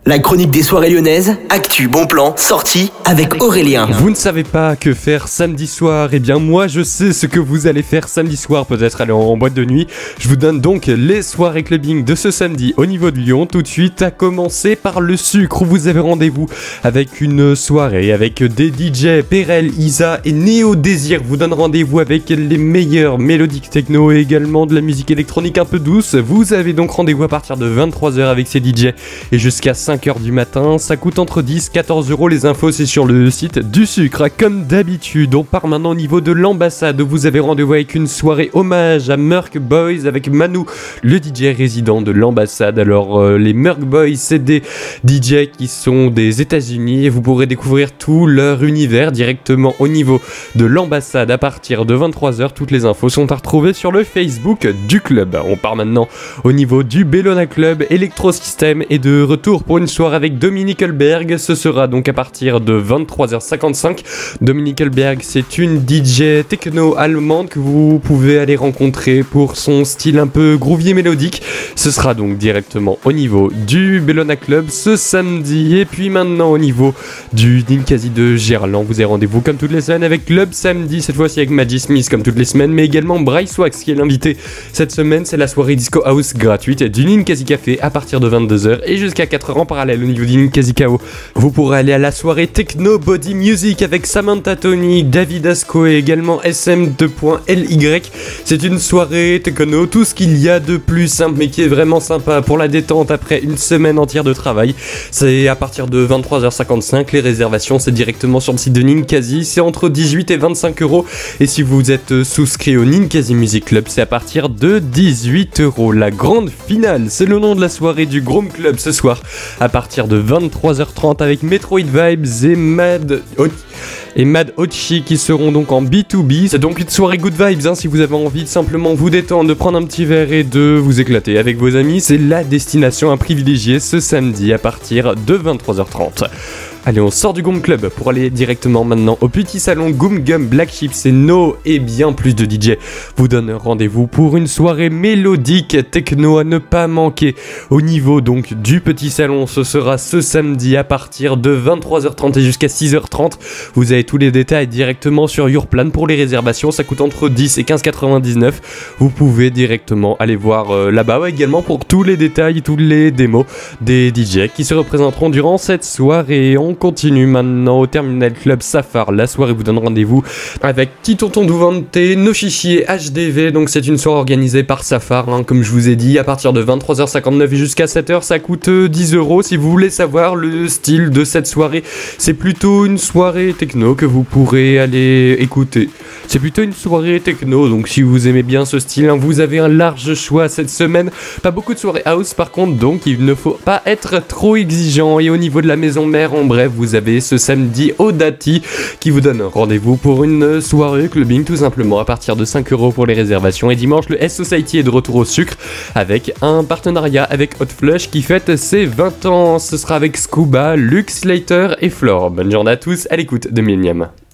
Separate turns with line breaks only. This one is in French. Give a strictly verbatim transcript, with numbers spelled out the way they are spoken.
La chronique des soirées lyonnaises, actu, bon plan, sortie avec Aurélien.
Vous ne savez pas que faire samedi soir? Eh bien moi je sais ce que vous allez faire samedi soir, peut-être aller en boîte de nuit. Je vous donne donc les soirées clubbing de ce samedi au niveau de Lyon. Tout de suite, à commencer par le Sucre où vous avez rendez-vous avec une soirée avec des D J, Perel, Isa et Néo Désir vous donnent rendez-vous avec les meilleures mélodiques techno et également de la musique électronique un peu douce. Vous avez donc rendez-vous à partir de vingt-trois heures avec ces D J et jusqu'à cinq heures du matin. Ça coûte entre dix et quatorze euros. Les infos c'est sur le site du Sucre. Comme d'habitude, on part maintenant au niveau de l'ambassade où vous avez rendez-vous avec une soirée hommage à Merc Boys avec Manu, le D J résident de l'ambassade. Alors euh, les Merc Boys c'est des D J qui sont des États-Unis et vous pourrez découvrir tout leur univers directement au niveau de l'ambassade à partir de vingt-trois heures. Toutes les infos sont à retrouver sur le Facebook du club. On part maintenant au niveau du Bellona Club. Electro System est de retour pour une soirée avec Dominique Hellberg. Ce sera donc à partir de vingt-trois heures cinquante-cinq. Dominique Hellberg, c'est une D J techno allemande que vous pouvez aller rencontrer pour son style un peu groovy et mélodique. Ce sera donc directement au niveau du Bellona Club ce samedi. Et puis maintenant au niveau du Ninkasi de Gerland, vous avez rendez-vous comme toutes les semaines avec Club Samedi, cette fois-ci avec Maggie Smith comme toutes les semaines, mais également Bryce Wax qui est l'invité cette semaine. C'est la soirée Disco House gratuite du Ninkasi Café à partir de vingt-deux heures et jusqu'à quatre heures en parallèle au niveau du Ninkasi K O. Vous pourrez aller à la soirée Techno Body Music avec Samantha Tony, David Asco et également S M deux point L Y. C'est une soirée techno, tout ce qu'il y a de plus simple mais qui est vraiment sympa pour la détente après une semaine entière de travail. C'est à partir de vingt-trois heures cinquante-cinq. Les réservations c'est directement sur le site de Ninkasi, c'est entre dix-huit et vingt-cinq euros. Et si vous êtes souscrit au Ninkasi Music Club, c'est à partir de dix-huit euros. La grande finale, c'est le nom de la soirée du Groom Club ce soir à partir de vingt-trois heures trente avec Metroid Vibes et Mad et Mad Ochi qui seront donc en B deux B. C'est donc une soirée good vibes hein, si vous avez envie de simplement vous détendre, de prendre un petit verre et de vous éclater avec vos amis. C'est la destination à privilégier ce samedi à partir de vingt-trois heures trente. Allez, on sort du Goom Club pour aller directement maintenant au petit salon Goom Gum Black Chips et No et bien plus de D J vous donnent rendez-vous pour une soirée mélodique techno à ne pas manquer. Au niveau donc du petit salon, ce sera ce samedi à partir de vingt-trois heures trente et jusqu'à six heures trente. Vous avez tous les détails directement sur Yourplan pour les réservations. Ça coûte entre dix et quinze quatre-vingt-dix-neuf. Vous pouvez directement aller voir euh, là-bas ouais, également pour tous les détails, tous les démos des D J qui se représenteront durant cette soirée. On continue maintenant au Terminal Club Safar. La soirée vous donne rendez-vous avec Petit Tonton Douvante, Noshishi et H D V. Donc c'est une soirée organisée par Safar, hein, comme je vous ai dit, à partir de vingt-trois heures cinquante-neuf et jusqu'à sept heures. Ça coûte dix euros. Si vous voulez savoir le style de cette soirée, c'est plutôt une soirée techno que vous pourrez aller écouter. C'est plutôt une soirée techno, donc si vous aimez bien ce style, hein, vous avez un large choix cette semaine. Pas beaucoup de soirées house par contre, donc il ne faut pas être trop exigeant. Et au niveau de la maison mère, en bref, vous avez ce samedi Odati qui vous donne rendez-vous pour une soirée clubbing tout simplement à partir de cinq euros pour les réservations. Et dimanche, le S Society est de retour au Sucre avec un partenariat avec Hot Flush qui fête ses vingt ans. Ce sera avec Scuba, Lux, Slater et Flore. Bonne journée à tous à l'écoute de Millennium.